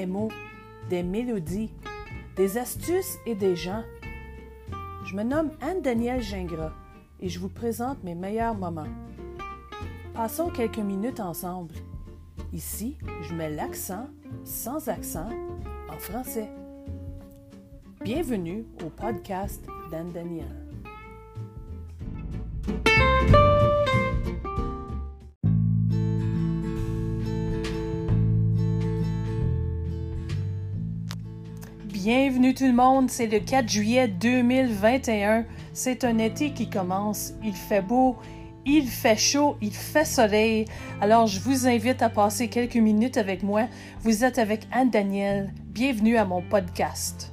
des mots, des mélodies, des astuces et des gens. Je me nomme Anne-Danielle Gingras et je vous présente mes meilleurs moments. Passons quelques minutes ensemble. Ici, je mets l'accent, sans accent, en français. Bienvenue au podcast d'Anne-Danielle. Bienvenue tout le monde, c'est le 4 juillet 2021. C'est un été qui commence, il fait beau, il fait chaud, il fait soleil. Alors je vous invite à passer quelques minutes avec moi. Vous êtes avec Anne-Danielle. Bienvenue à mon podcast.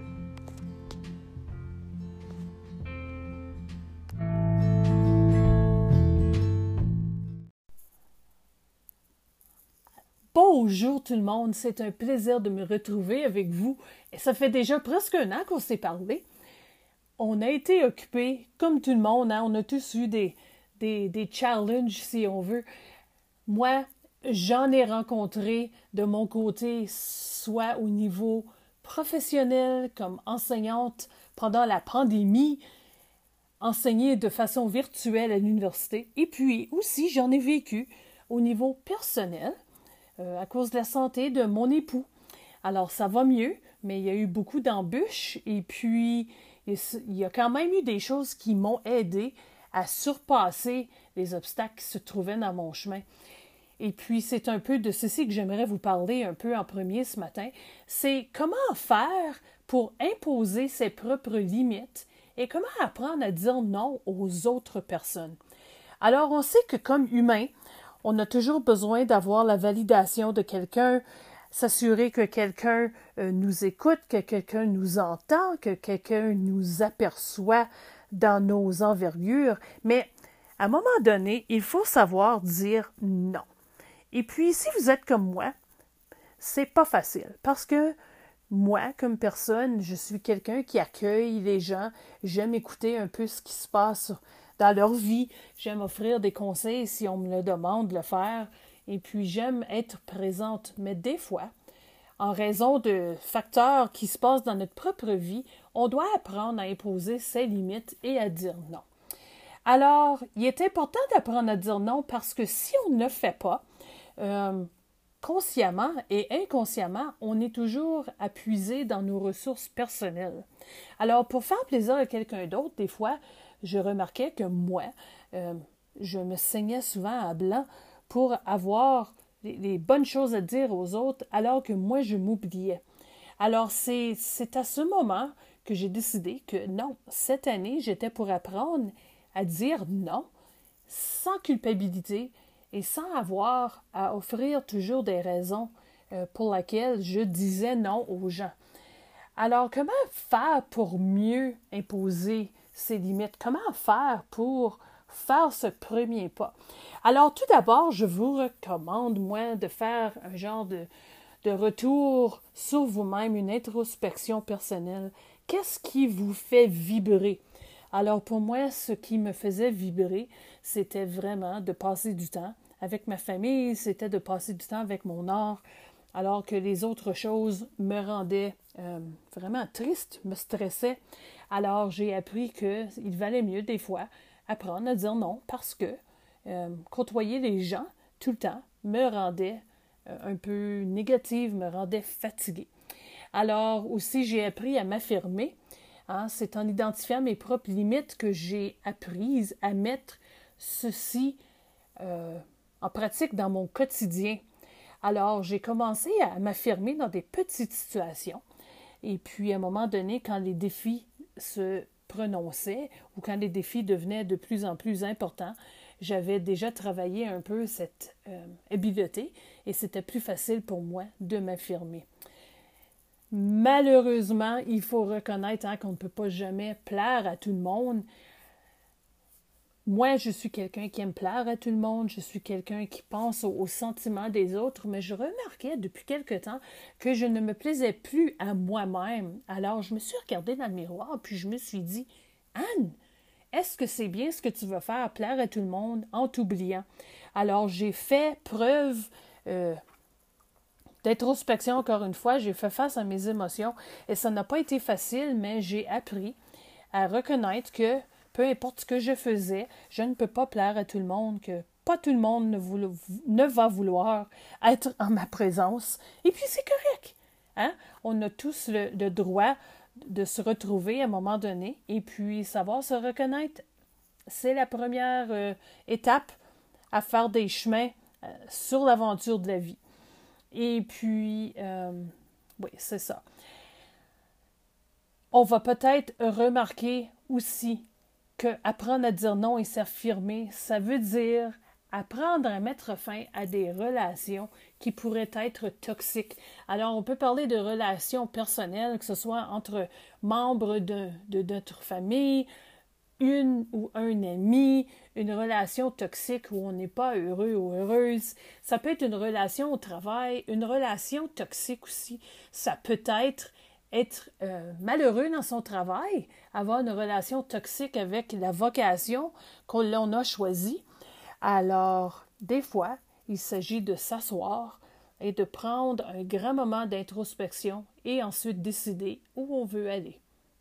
Bonjour tout le monde, c'est un plaisir de me retrouver avec vous. Et ça fait déjà presque un an qu'on s'est parlé. On a été occupés, comme tout le monde, on a tous eu des challenges, si on veut. Moi, j'en ai rencontré de mon côté, soit au niveau professionnel, comme enseignante pendant la pandémie, enseigner de façon virtuelle à l'université. Et puis aussi, j'en ai vécu au niveau personnel, à cause de la santé de mon époux. Alors, ça va mieux, mais il y a eu beaucoup d'embûches et puis il y a quand même eu des choses qui m'ont aidé à surpasser les obstacles qui se trouvaient dans mon chemin. Et puis, c'est un peu de ceci que j'aimerais vous parler un peu en premier ce matin. C'est comment faire pour imposer ses propres limites et comment apprendre à dire non aux autres personnes. Alors, on sait que comme humain, on a toujours besoin d'avoir la validation de quelqu'un, s'assurer que quelqu'un nous écoute, que quelqu'un nous entend, que quelqu'un nous aperçoit dans nos envergures. Mais à un moment donné, il faut savoir dire non. Et puis, si vous êtes comme moi, c'est pas facile parce que moi, comme personne, je suis quelqu'un qui accueille les gens. J'aime écouter un peu ce qui se passe dans leur vie. J'aime offrir des conseils si on me le demande de le faire. Et puis, j'aime être présente. Mais des fois, en raison de facteurs qui se passent dans notre propre vie, on doit apprendre à imposer ses limites et à dire non. Alors, il est important d'apprendre à dire non parce que si on ne le fait pas, consciemment et inconsciemment, on est toujours à puiser dans nos ressources personnelles. Alors, pour faire plaisir à quelqu'un d'autre, des fois, je remarquais que moi, je me saignais souvent à blanc pour avoir les bonnes choses à dire aux autres, alors que moi, je m'oubliais. Alors, c'est à ce moment que j'ai décidé que non, cette année, j'étais pour apprendre à dire non, sans culpabilité, et sans avoir à offrir toujours des raisons pour lesquelles je disais non aux gens. Alors, comment faire pour mieux imposer ses limites? Comment faire pour faire ce premier pas? Alors, tout d'abord, je vous recommande, moi, de faire un genre de retour sur vous-même, une introspection personnelle. Qu'est-ce qui vous fait vibrer? Alors, pour moi, ce qui me faisait vibrer, c'était vraiment de passer du temps avec ma famille, c'était de passer du temps avec mon art, alors que les autres choses me rendaient vraiment triste, me stressaient. Alors, j'ai appris qu'il valait mieux, des fois, apprendre à dire non parce que côtoyer les gens tout le temps me rendait un peu négative, me rendait fatiguée. Alors, aussi, j'ai appris à m'affirmer. C'est en identifiant mes propres limites que j'ai appris à mettre ceci en pratique dans mon quotidien. Alors, j'ai commencé à m'affirmer dans des petites situations. Et puis, à un moment donné, quand les défis se prononçaient ou quand les défis devenaient de plus en plus importants, j'avais déjà travaillé un peu cette habileté et c'était plus facile pour moi de m'affirmer. Malheureusement, il faut reconnaître qu'on ne peut pas jamais plaire à tout le monde. Moi, je suis quelqu'un qui aime plaire à tout le monde, je suis quelqu'un qui pense aux sentiments des autres, mais je remarquais depuis quelque temps que je ne me plaisais plus à moi-même. Alors, je me suis regardée dans le miroir, puis je me suis dit, Anne, est-ce que c'est bien ce que tu veux faire, plaire à tout le monde en t'oubliant? Alors, j'ai fait preuve d'introspection, encore une fois, j'ai fait face à mes émotions et ça n'a pas été facile, mais j'ai appris à reconnaître que peu importe ce que je faisais, je ne peux pas plaire à tout le monde, que pas tout le monde ne va vouloir être en ma présence. Et puis c'est correct. Hein? On a tous le droit de se retrouver à un moment donné et puis savoir se reconnaître. C'est la première étape à faire des chemins sur l'aventure de la vie. Et puis, oui, c'est ça. On va peut-être remarquer aussi qu'apprendre à dire non et s'affirmer, ça veut dire apprendre à mettre fin à des relations qui pourraient être toxiques. Alors, on peut parler de relations personnelles, que ce soit entre membres de notre famille, une ou un ami, une relation toxique où on n'est pas heureux ou heureuse. Ça peut être une relation au travail, une relation toxique aussi. Ça peut être malheureux dans son travail, avoir une relation toxique avec la vocation qu'on a choisie. Alors, des fois, il s'agit de s'asseoir et de prendre un grand moment d'introspection et ensuite décider où on veut aller.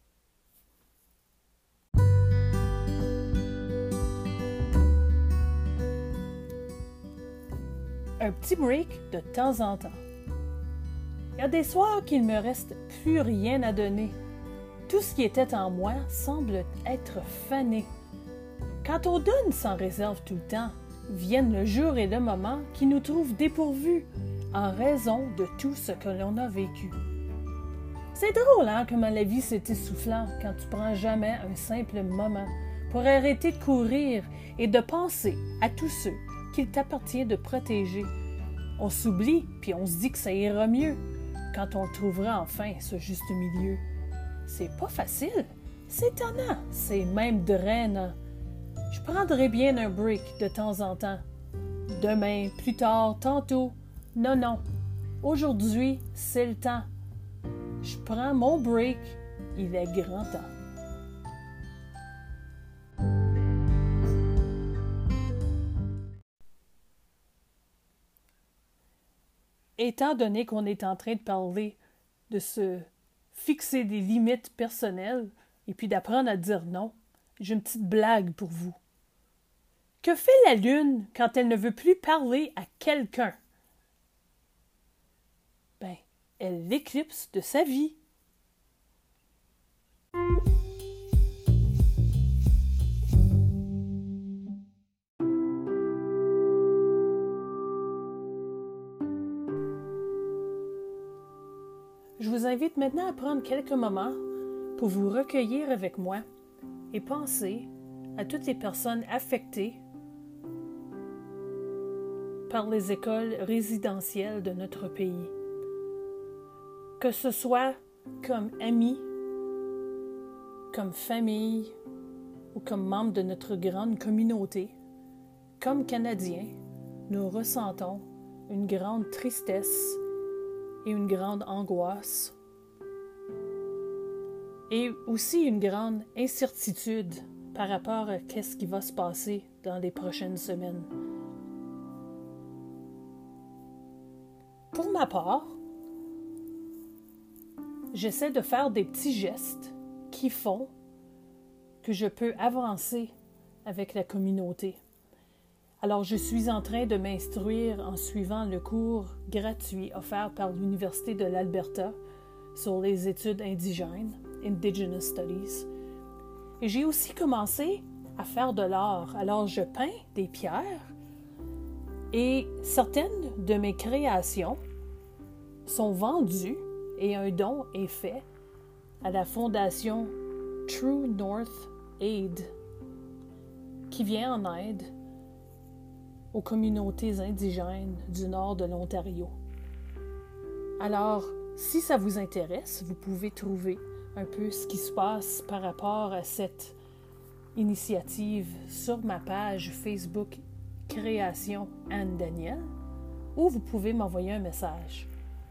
Un petit break de temps en temps. Il y a des soirs qu'il ne me reste plus rien à donner. Tout ce qui était en moi semble être fané. Quand on donne sans réserve tout le temps, viennent le jour et le moment qui nous trouvent dépourvus en raison de tout ce que l'on a vécu. C'est drôle, hein, comment la vie c'est essoufflant quand tu prends jamais un simple moment pour arrêter de courir et de penser à tous ceux qu'il t'appartient de protéger. On s'oublie, puis on se dit que ça ira mieux quand on trouvera enfin ce juste milieu. C'est pas facile, c'est étonnant, c'est même drainant. Je prendrai bien un break de temps en temps. Demain, plus tard, tantôt. Non. Aujourd'hui, c'est le temps. Je prends mon break, il est grand temps. Étant donné qu'on est en train de parler de se fixer des limites personnelles et puis d'apprendre à dire non, j'ai une petite blague pour vous. Que fait la Lune quand elle ne veut plus parler à quelqu'un? Ben, elle l'éclipse de sa vie. Je vous invite maintenant à prendre quelques moments pour vous recueillir avec moi et penser à toutes les personnes affectées par les écoles résidentielles de notre pays. Que ce soit comme amis, comme famille ou comme membres de notre grande communauté, comme Canadiens, nous ressentons une grande tristesse et une grande angoisse et aussi une grande incertitude par rapport à ce qui va se passer dans les prochaines semaines. Pour ma part, j'essaie de faire des petits gestes qui font que je peux avancer avec la communauté. Alors, je suis en train de m'instruire en suivant le cours gratuit offert par l'Université de l'Alberta sur les études indigènes, Indigenous Studies. Et j'ai aussi commencé à faire de l'art. Alors, je peins des pierres et certaines de mes créations sont vendues et un don est fait à la fondation True North Aid qui vient en aide aux communautés indigènes du nord de l'Ontario. Alors, si ça vous intéresse, vous pouvez trouver un peu ce qui se passe par rapport à cette initiative sur ma page Facebook Création Anne Daniel, ou vous pouvez m'envoyer un message.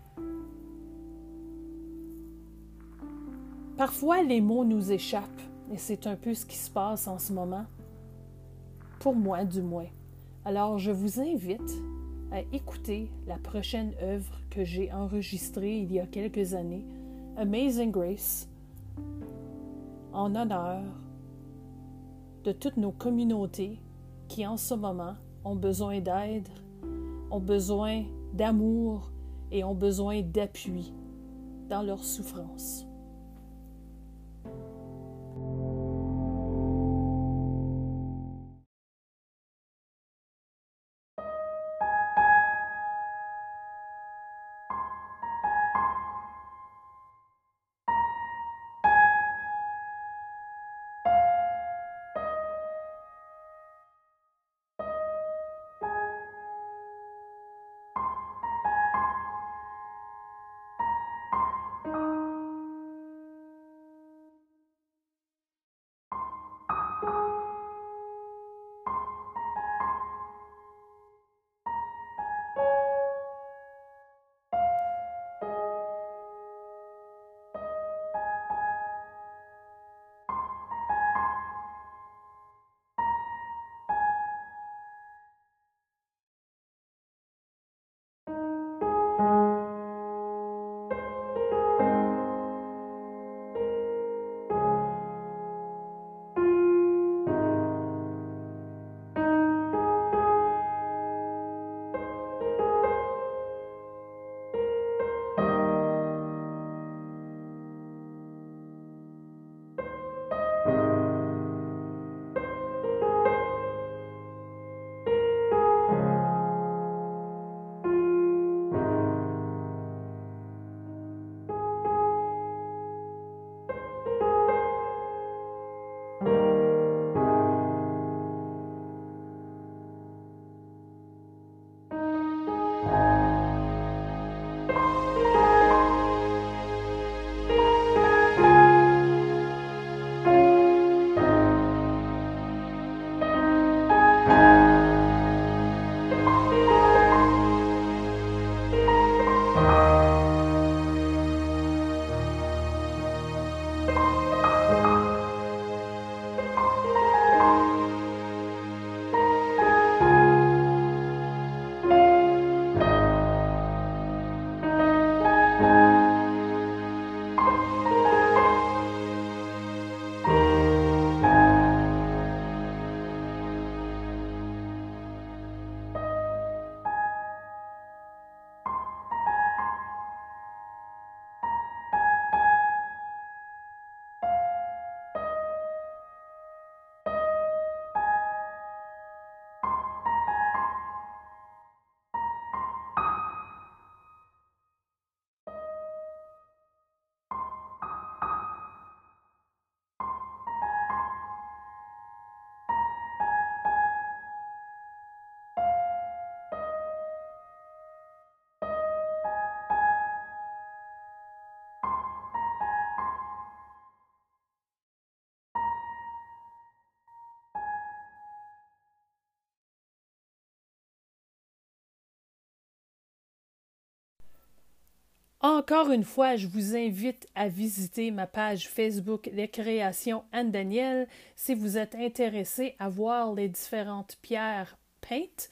Parfois, les mots nous échappent, et c'est un peu ce qui se passe en ce moment, pour moi du moins. Alors, je vous invite à écouter la prochaine œuvre que j'ai enregistrée il y a quelques années, Amazing Grace, en honneur de toutes nos communautés qui en ce moment ont besoin d'aide, ont besoin d'amour et ont besoin d'appui dans leur souffrance. Encore une fois, je vous invite à visiter ma page Facebook Les Créations Anne-Danielle si vous êtes intéressé à voir les différentes pierres peintes.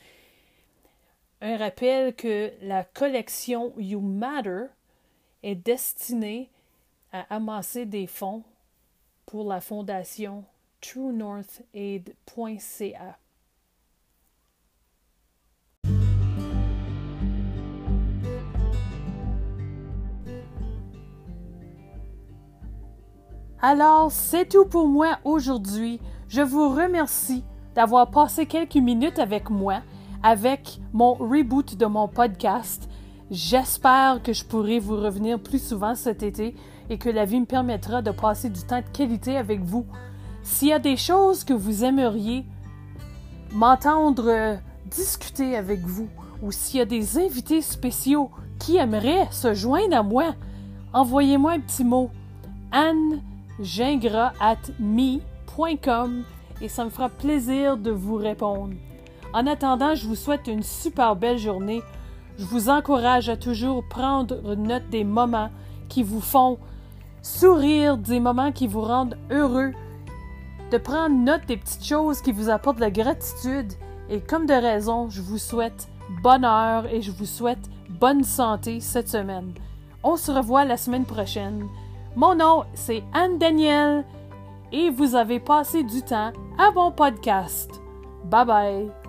Un rappel que la collection You Matter est destinée à amasser des fonds pour la fondation TrueNorthAid.ca. Alors, c'est tout pour moi aujourd'hui. Je vous remercie d'avoir passé quelques minutes avec moi, avec mon reboot de mon podcast. J'espère que je pourrai vous revenir plus souvent cet été et que la vie me permettra de passer du temps de qualité avec vous. S'il y a des choses que vous aimeriez m'entendre discuter avec vous, ou s'il y a des invités spéciaux qui aimeraient se joindre à moi, envoyez-moi un petit mot. Anne.gingras@me.com et ça me fera plaisir de vous répondre. En attendant, je vous souhaite une super belle journée. Je vous encourage à toujours prendre note des moments qui vous font sourire, des moments qui vous rendent heureux, de prendre note des petites choses qui vous apportent de la gratitude. Et comme de raison, je vous souhaite bonheur et je vous souhaite bonne santé cette semaine. On se revoit la semaine prochaine. Mon nom, c'est Anne Daniel et vous avez passé du temps à mon podcast. Bye bye!